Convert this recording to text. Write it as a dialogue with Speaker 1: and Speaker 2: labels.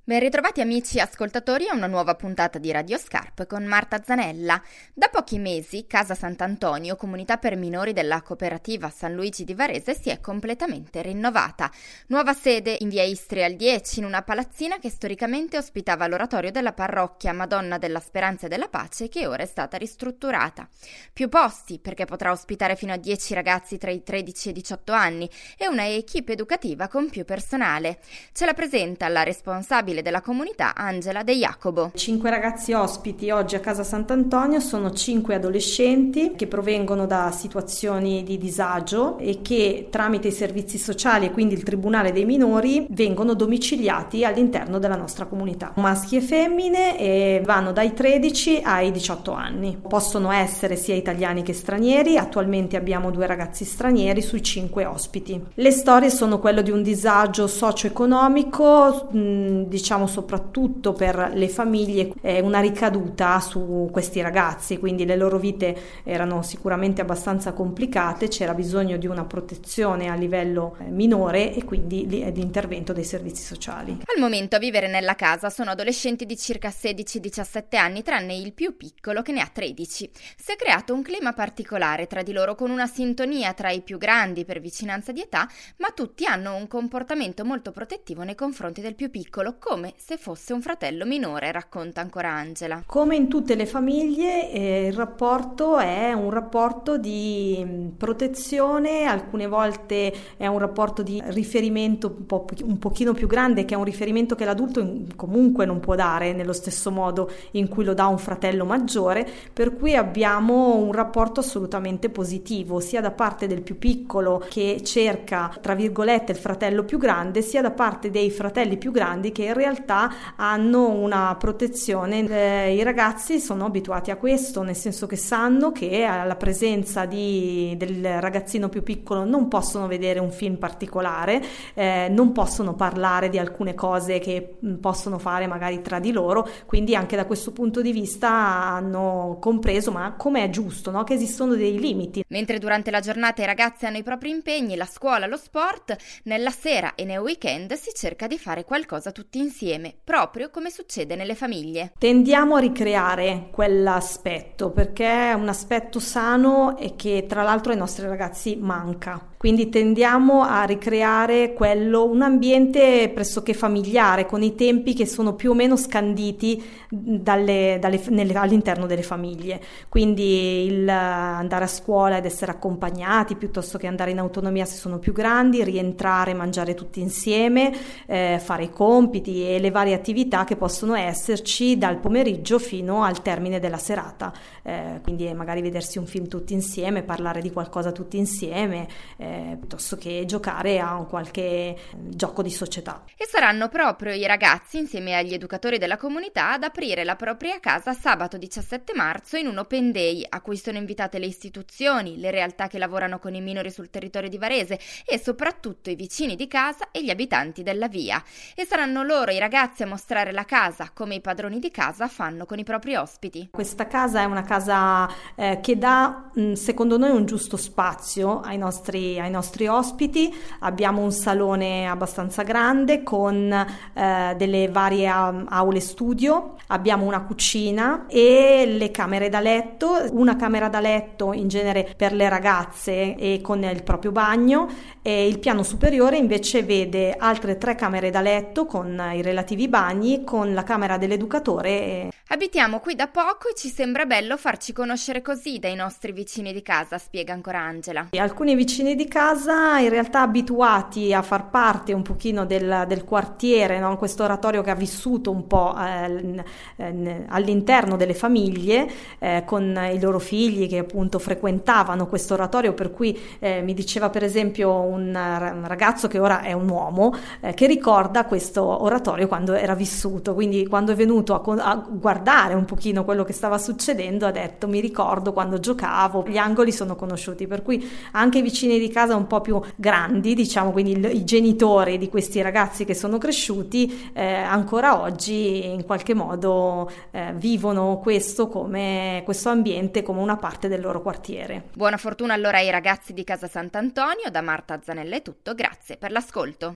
Speaker 1: Ben ritrovati amici ascoltatori a una nuova puntata di Radio Scarp con Marta Zanella. Da pochi mesi Casa Sant'Antonio, comunità per minori della cooperativa San Luigi di Varese, si è completamente rinnovata. Nuova sede in via Istria al 10, in una palazzina che storicamente ospitava l'oratorio della parrocchia Madonna della Speranza e della Pace, che ora è stata ristrutturata. Più posti, perché potrà ospitare fino a 10 ragazzi tra i 13 e i 18 anni, e una equipe educativa con più personale. Ce la presenta la responsabile della comunità Angela De Jacobo.
Speaker 2: 5 ragazzi ospiti oggi a Casa Sant'Antonio sono 5 adolescenti che provengono da situazioni di disagio e che tramite i servizi sociali e quindi il Tribunale dei minori vengono domiciliati all'interno della nostra comunità. Maschi e femmine e vanno dai 13 ai 18 anni. Possono essere sia italiani che stranieri. Attualmente abbiamo 2 ragazzi stranieri sui 5 ospiti. Le storie sono quelle di un disagio socio-economico, diciamo soprattutto per le famiglie, una ricaduta su questi ragazzi, quindi le loro vite erano sicuramente abbastanza complicate, c'era bisogno di una protezione a livello minore e quindi di intervento dei servizi sociali.
Speaker 1: Al momento a vivere nella casa sono adolescenti di circa 16-17 anni, tranne il più piccolo che ne ha 13. Si è creato un clima particolare tra di loro, con una sintonia tra i più grandi per vicinanza di età, ma tutti hanno un comportamento molto protettivo nei confronti del più piccolo, come se fosse un fratello minore, racconta ancora Angela.
Speaker 2: Come in tutte le famiglie, il rapporto è un rapporto di protezione, alcune volte è un rapporto di riferimento un pochino più grande, che è un riferimento che l'adulto comunque non può dare nello stesso modo in cui lo dà un fratello maggiore, per cui abbiamo un rapporto assolutamente positivo, sia da parte del più piccolo che cerca, tra virgolette, il fratello più grande, sia da parte dei fratelli più grandi che in realtà hanno una protezione. I ragazzi sono abituati a questo, nel senso che sanno che alla presenza del ragazzino più piccolo non possono vedere un film particolare, non possono parlare di alcune cose che possono fare magari tra di loro, quindi anche da questo punto di vista hanno compreso, ma come è giusto, no? Che esistono dei limiti.
Speaker 1: Mentre durante la giornata i ragazzi hanno i propri impegni, la scuola, lo sport, nella sera e nei weekend si cerca di fare qualcosa tutti insieme, proprio come succede nelle famiglie.
Speaker 2: Tendiamo a ricreare quell'aspetto perché è un aspetto sano e che tra l'altro ai nostri ragazzi manca. Quindi tendiamo a ricreare un ambiente pressoché familiare, con i tempi che sono più o meno scanditi all'interno delle famiglie. Quindi il andare a scuola ed essere accompagnati piuttosto che andare in autonomia se sono più grandi, rientrare, mangiare tutti insieme, fare i compiti e le varie attività che possono esserci dal pomeriggio fino al termine della serata. Quindi magari vedersi un film tutti insieme, parlare di qualcosa tutti insieme, piuttosto che giocare a un qualche gioco di società.
Speaker 1: E saranno proprio i ragazzi, insieme agli educatori della comunità, ad aprire la propria casa sabato 17 marzo in un open day a cui sono invitate le istituzioni, le realtà che lavorano con i minori sul territorio di Varese e soprattutto i vicini di casa e gli abitanti della via. E saranno loro, i ragazzi, a mostrare la casa come i padroni di casa fanno con i propri ospiti.
Speaker 2: Questa casa è una casa che dà, secondo noi, un giusto spazio ai nostri ospiti. Abbiamo un salone abbastanza grande con delle varie aule studio, abbiamo una cucina e le camere da letto, una camera da letto in genere per le ragazze e con il proprio bagno, e il piano superiore invece vede altre 3 camere da letto con i relativi bagni, con la camera dell'educatore.
Speaker 1: Abitiamo qui da poco e ci sembra bello farci conoscere così dai nostri vicini di casa, spiega ancora Angela.
Speaker 2: E alcuni vicini di casa in realtà abituati a far parte un pochino del quartiere, no? Questo oratorio che ha vissuto un po' all'interno delle famiglie, con i loro figli che appunto frequentavano questo oratorio, per cui mi diceva per esempio un ragazzo che ora è un uomo che ricorda questo oratorio quando era vissuto, quindi quando è venuto a guardare un pochino quello che stava succedendo ha detto: mi ricordo quando giocavo, gli angoli sono conosciuti, per cui anche i vicini di casa un po' più grandi, diciamo, quindi i genitori di questi ragazzi che sono cresciuti ancora oggi in qualche modo vivono questo ambiente come una parte del loro quartiere.
Speaker 1: Buona fortuna allora ai ragazzi di Casa Sant'Antonio. Da Marta Zanella è tutto, grazie per l'ascolto.